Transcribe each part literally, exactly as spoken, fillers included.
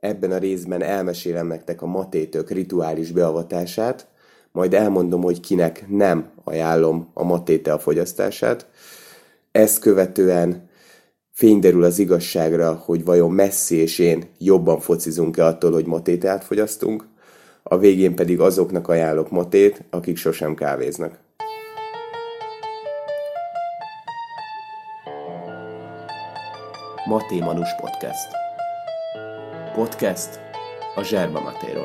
Ebben a részben elmesélem nektek a matétök rituális beavatását, majd elmondom, hogy kinek nem ajánlom a matétel fogyasztását. Ezt követően fényderül az igazságra, hogy vajon Messi és én jobban focizunk-e attól, hogy matételt fogyasztunk, a végén pedig azoknak ajánlok matét, akik sosem kávéznak. Maté Manus Podcast. Podcast a zserba matéról.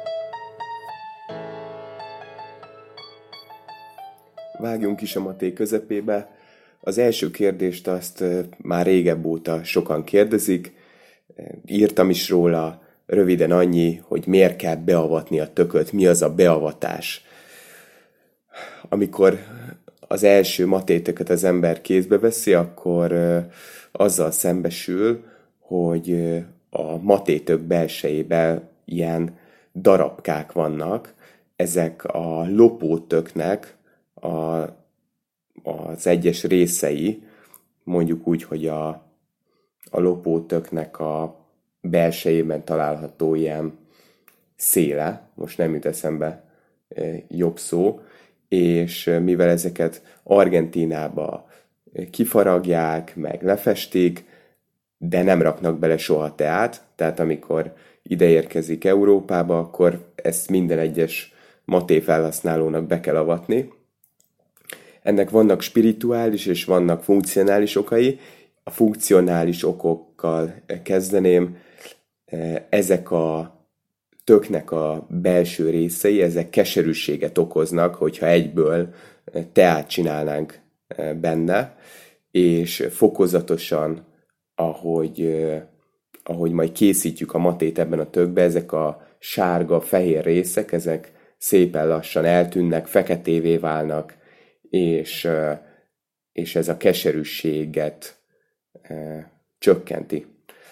Vágjunk is a maté közepébe. Az első kérdést azt már régebb óta sokan kérdezik. Írtam is róla, röviden annyi, hogy miért kell beavatni a tököt, mi az a beavatás. Amikor az első matétöket az ember kézbe veszi, akkor azzal szembesül, hogy a matétök belsejében ilyen darabkák vannak. Ezek a lopótöknek a, az egyes részei, mondjuk úgy, hogy a, a lopótöknek a belsejében található ilyen széle, most nem jut eszembe jobb szó, és mivel ezeket Argentínába kifaragják, meg lefestik, de nem raknak bele soha teát, tehát amikor ide érkezik Európába, akkor ezt minden egyes maté felhasználónak be kell avatni. Ennek vannak spirituális és vannak funkcionális okai. A funkcionális okokkal kezdeném. Ezek a töknek a belső részei, ezek keserűséget okoznak, hogyha egyből teát csinálnánk benne, és fokozatosan, ahogy, ahogy majd készítjük a matét ebben a tökbe, ezek a sárga, fehér részek, ezek szépen lassan eltűnnek, feketévé válnak, és, és ez a keserűséget e, csökkenti.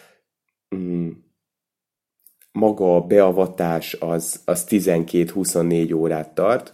Maga a beavatás az, az tizenkét-huszonnégy órát tart.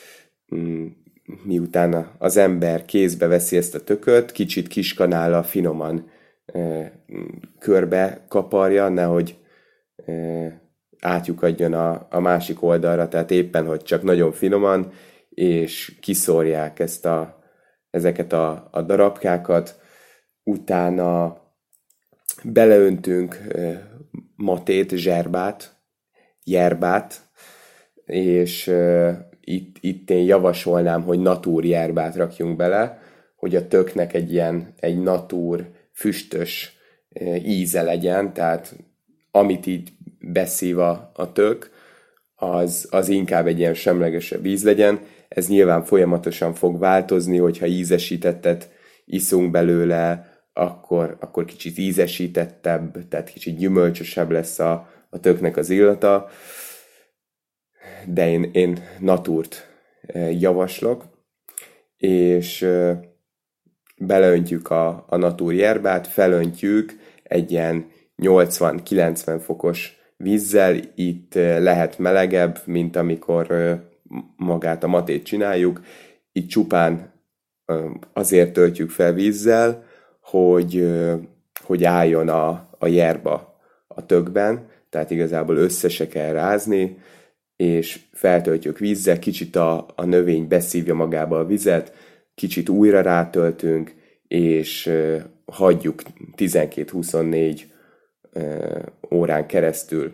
Miután az ember kézbe veszi ezt a tököt, kicsit kiskanállal finoman e, körbe kaparja, nehogy e, átlyukadjon a, a másik oldalra, tehát éppen, hogy csak nagyon finoman, és kiszórják ezt a, ezeket a, a darabkákat, utána beleöntünk e, matét, zserbát, jerbát, és e, itt, itt én javasolnám, hogy natúr jerbát rakjunk bele, hogy a töknek egy ilyen, egy natúr, füstös e, íze legyen, tehát amit így beszív a, a tök, az, az inkább egy ilyen semlegesebb íz legyen. Ez nyilván folyamatosan fog változni, hogyha ízesítettet iszunk belőle, akkor, akkor kicsit ízesítettebb, tehát kicsit gyümölcsösebb lesz a, a töknek az illata, de én, én natúrt javaslok, és beleöntjük a, a natúr jerbát, felöntjük egy ilyen nyolcvan-kilencven fokos vízzel, itt lehet melegebb, mint amikor magát a matét csináljuk. Itt csupán azért töltjük fel vízzel, hogy, hogy álljon a, a jerba a tökben, tehát igazából össze se kell rázni, és feltöltjük vízzel, kicsit a, a növény beszívja magába a vizet, kicsit újra rátöltünk, és hagyjuk tizenkét-huszonnégy órán keresztül.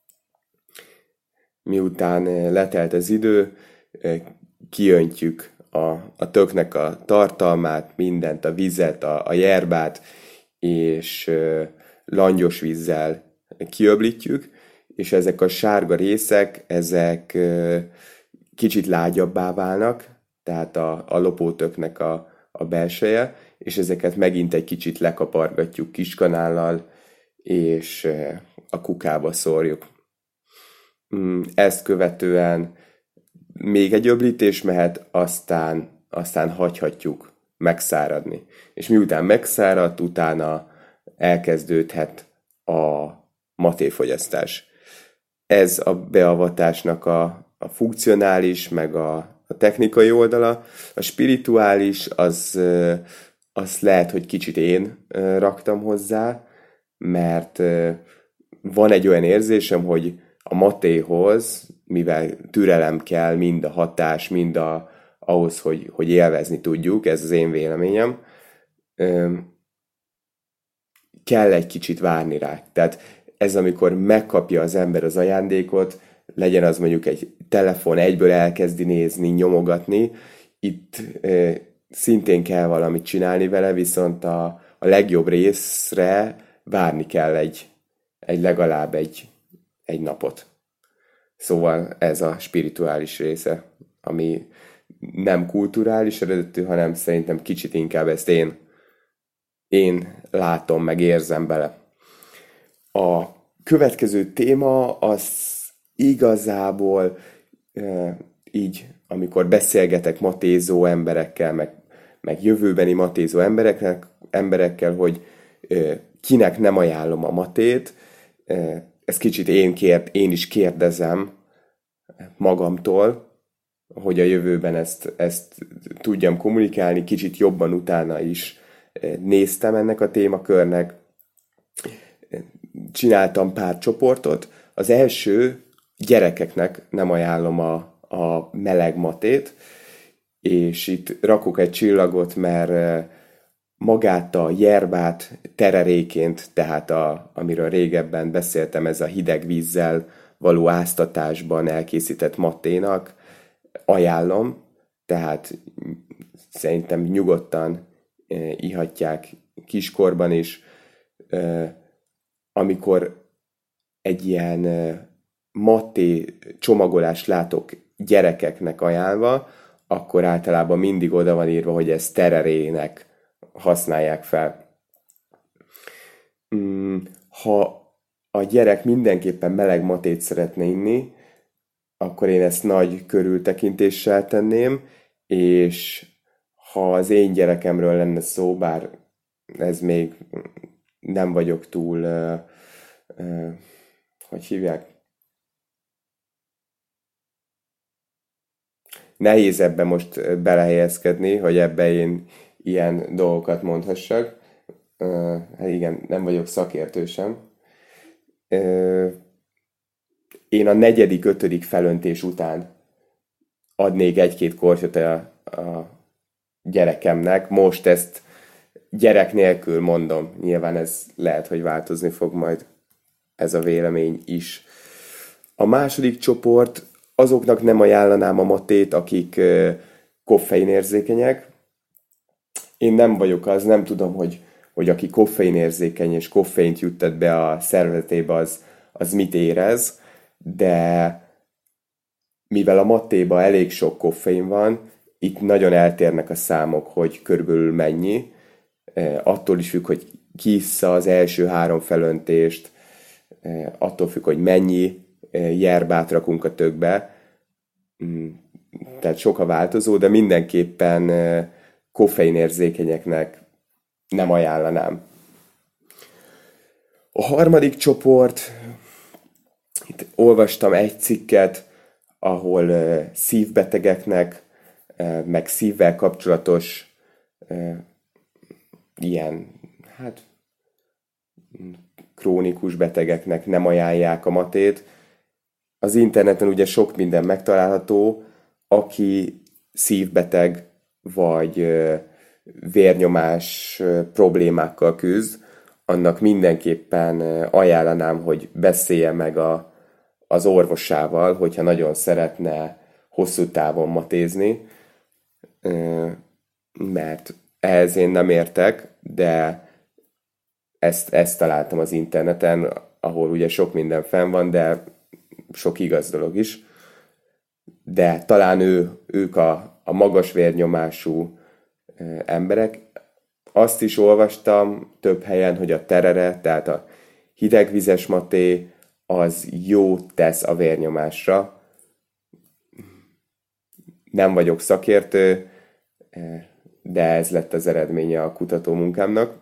Miután letelt az idő, kiöntjük a, a töknek a tartalmát, mindent, a vizet, a, a jerbát, és langyos vízzel kiöblítjük, és ezek a sárga részek, ezek kicsit lágyabbá válnak, tehát a, a lopótöknek a, a belseje, és ezeket megint egy kicsit lekapargatjuk kiskanállal, és a kukába szórjuk. Ezt követően még egy öblítés mehet, aztán, aztán hagyhatjuk megszáradni. És miután megszáradt, utána elkezdődhet a matéfogyasztás. Ez a beavatásnak a, a funkcionális, meg a, a technikai oldala. A spirituális, az, az lehet, hogy kicsit én raktam hozzá, mert van egy olyan érzésem, hogy a matéhoz, mivel türelem kell, mind a hatás, mind a, ahhoz, hogy, hogy élvezni tudjuk, ez az én véleményem, kell egy kicsit várni rá. Tehát ez, amikor megkapja az ember az ajándékot, legyen az mondjuk egy telefon, egyből elkezdi nézni, nyomogatni, itt e, szintén kell valamit csinálni vele, viszont a, a legjobb részre várni kell egy, egy legalább egy, egy napot. Szóval ez a spirituális része, ami nem kulturális eredetű, hanem szerintem kicsit inkább ezt én, én látom, meg érzem bele. A következő téma az igazából e, így, amikor beszélgetek matézó emberekkel, meg, meg jövőbeni matézó embereknek, emberekkel, hogy e, kinek nem ajánlom a matét, e, ezt kicsit én, kérd, én is kérdezem magamtól, hogy a jövőben ezt, ezt tudjam kommunikálni, kicsit jobban utána is néztem ennek a témakörnek, csináltam pár csoportot. Az első, gyerekeknek nem ajánlom a, a meleg matét, és itt rakok egy csillagot, mert magát a yerbát tereréként, tehát a, amiről régebben beszéltem, ez a hideg vízzel való áztatásban elkészített maténak ajánlom, tehát szerintem nyugodtan e, ihatják kiskorban is. E, amikor egy ilyen e, maté csomagolást látok gyerekeknek ajánlva, akkor általában mindig oda van írva, hogy ez tererének használják fel. Mm, ha a gyerek mindenképpen meleg matét szeretne inni, akkor én ezt nagy körültekintéssel tenném, és ha az én gyerekemről lenne szó, bár ez még nem vagyok túl, uh, uh, hogy hívják? Nehéz ebbe most belehelyezkedni, hogy ebbe én ilyen dolgokat mondhassak. Uh, hát igen, nem vagyok szakértő sem. Uh, én a negyedik, ötödik felöntés után adnék egy-két kortyot a, a gyerekemnek. Most ezt gyerek nélkül mondom. Nyilván ez lehet, hogy változni fog majd ez a vélemény is. A második csoport, azoknak nem ajánlanám a matét, akik koffeinérzékenyek. Én nem vagyok az, nem tudom, hogy, hogy aki koffeinérzékeny és koffeint juttat be a szervezetébe, az, az mit érez, de mivel a mattéban elég sok koffein van, itt nagyon eltérnek a számok, hogy körülbelül mennyi. Attól is függ, hogy ki issza az első három felöntést, attól függ, hogy mennyi yerbát rakunk a tökbe. Tehát sok a változó, de mindenképpen koffeinérzékenyeknek nem ajánlanám. A harmadik csoport, itt olvastam egy cikket, ahol uh, szívbetegeknek, uh, meg szívvel kapcsolatos uh, ilyen, hát krónikus betegeknek nem ajánlják a matét. Az interneten ugye sok minden megtalálható, aki szívbeteg vagy uh, vérnyomás uh, problémákkal küzd, annak mindenképpen uh, ajánlanám, hogy beszélje meg a az orvosával, hogyha nagyon szeretne hosszú távon matézni, mert ehhez én nem értek, de ezt, ezt találtam az interneten, ahol ugye sok minden fenn van, de sok igaz dolog is. De talán ő, ők a, a magas vérnyomású emberek. Azt is olvastam több helyen, hogy a terere, tehát a hidegvizes maté, az jót tesz a vérnyomásra. Nem vagyok szakértő, de ez lett az eredménye a kutatómunkámnak.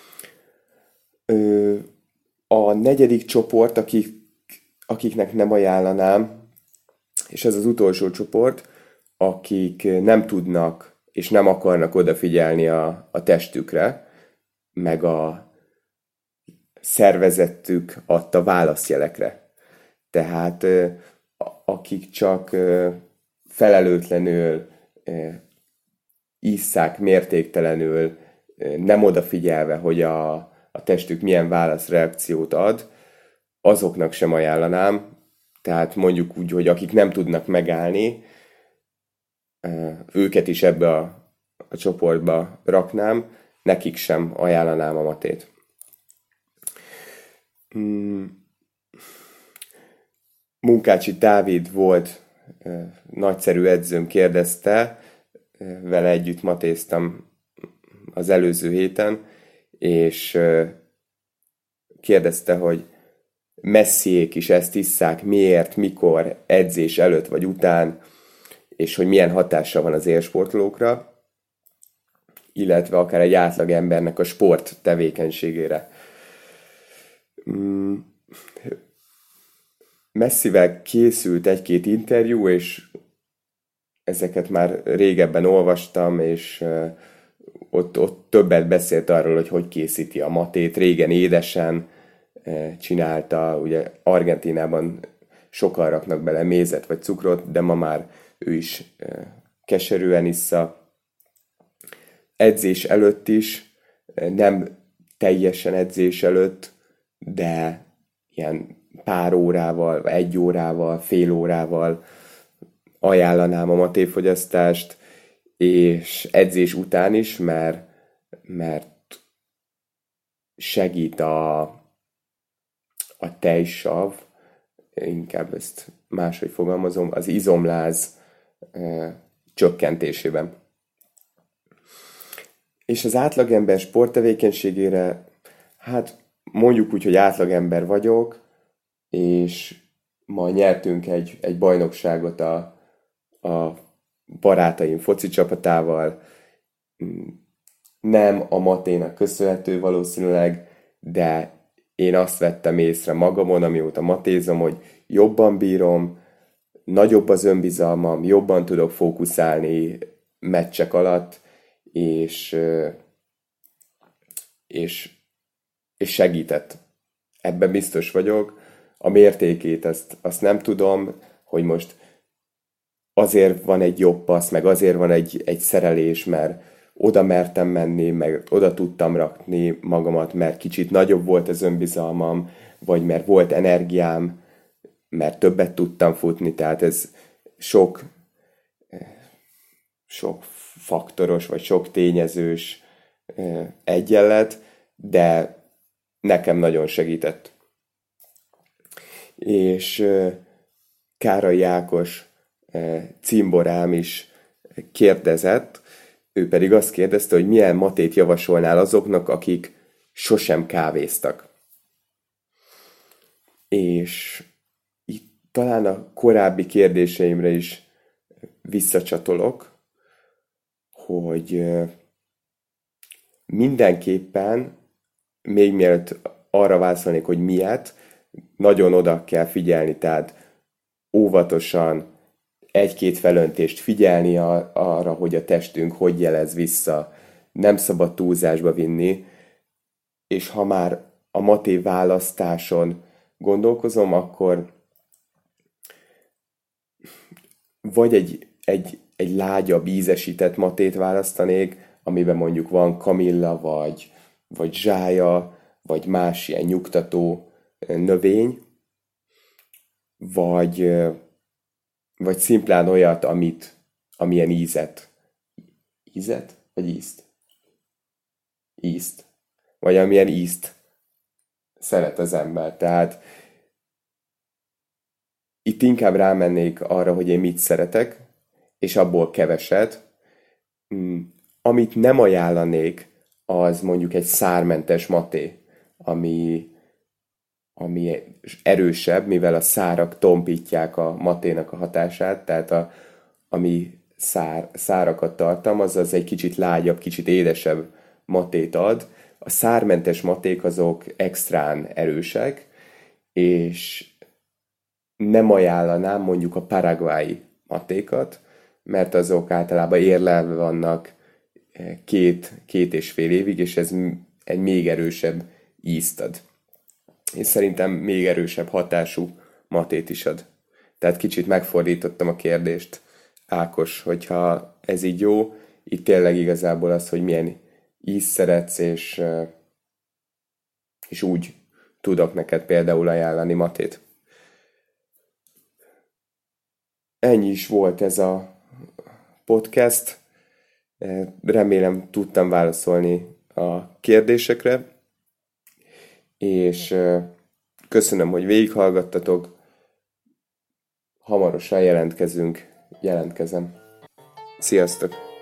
A negyedik csoport, akik, akiknek nem ajánlanám, és ez az utolsó csoport, akik nem tudnak és nem akarnak odafigyelni a, a testükre, meg a szervezetük adta válaszjelekre. Tehát akik csak felelőtlenül isszák mértéktelenül, nem odafigyelve, hogy a, a testük milyen válaszreakciót ad, azoknak sem ajánlanám. Tehát mondjuk úgy, hogy akik nem tudnak megállni, őket is ebbe a, a csoportba raknám, nekik sem ajánlanám a matét. Munkácsi Dávid volt nagyszerű edzőm, kérdezte, vele együtt matéztam az előző héten, és kérdezte, hogy Messiék is ezt isszák, miért, mikor, edzés előtt vagy után, és hogy milyen hatása van az élsportolókra, illetve akár egy átlag embernek a sport tevékenységére. Messivel készült egy-két interjú, és ezeket már régebben olvastam, és ott, ott többet beszélt arról, hogy hogy készíti a matét. Régen édesen csinálta, ugye Argentínában sokan raknak bele mézet vagy cukrot, de ma már ő is keserűen issza. Edzés előtt is, nem teljesen edzés előtt, de ilyen pár órával, egy órával, fél órával ajánlanám a matéfogyasztást, és edzés után is, mert, mert segít a, a tejsav, inkább ezt máshogy fogalmazom, az izomláz e, csökkentésében. És az átlagember sporttevékenységére, hát mondjuk úgy, hogy átlagember vagyok, és ma nyertünk egy, egy bajnokságot a, a barátaim foci csapatával. Nem a maténak köszönhető valószínűleg, de én azt vettem észre magamon, amióta matézom, hogy jobban bírom, nagyobb az önbizalmam, jobban tudok fókuszálni meccsek alatt, és, és, és segített. Ebben biztos vagyok. A mértékét azt, azt nem tudom, hogy most azért van egy jobb passz, meg azért van egy, egy szerelés, mert oda mertem menni, meg oda tudtam rakni magamat, mert kicsit nagyobb volt az önbizalmam, vagy mert volt energiám, mert többet tudtam futni, tehát ez sok, sok faktoros, vagy sok tényezős egyenlet, de nekem nagyon segített. És Károly Ákos cimborám is kérdezett, ő pedig azt kérdezte, hogy milyen matét javasolnál azoknak, akik sosem kávéztak. És itt talán a korábbi kérdéseimre is visszacsatolok, hogy mindenképpen, még mielőtt arra válaszolnék, hogy miért, nagyon oda kell figyelni, tehát óvatosan egy-két felöntést figyelni arra, hogy a testünk hogy jelez vissza, nem szabad túlzásba vinni, és ha már a maté választáson gondolkozom, akkor vagy egy, egy, egy lágyabb, ízesített matét választanék, amiben mondjuk van kamilla, vagy, vagy zsája, vagy más ilyen nyugtató növény, vagy, vagy szimplán olyat, amit, amilyen ízet. Ízet? Vagy ízt? Ízt. Vagy amilyen ízt szeret az ember. Tehát itt inkább rámennék arra, hogy én mit szeretek, és abból keveset. Amit nem ajánlanék, az mondjuk egy szármentes maté, ami, ami erősebb, mivel a szárak tompítják a maténak a hatását, tehát a, ami szár, szárakat tartalmaz, az egy kicsit lágyabb, kicsit édesebb matét ad. A szármentes maték azok extrán erősek, és nem ajánlanám mondjuk a paraguayi matékat, mert azok általában érlelve vannak két, két és fél évig, és ez egy még erősebb ízt ad. és szerintem még erősebb hatású matét is ad. Tehát kicsit megfordítottam a kérdést, Ákos, hogyha ez így jó, itt tényleg igazából az, hogy milyen ízt szeretsz, és, és úgy tudok neked például ajánlani matét. Ennyi is volt ez a podcast. Remélem tudtam válaszolni a kérdésekre, és köszönöm, hogy végighallgattatok. Hamarosan jelentkezünk, jelentkezem. Sziasztok!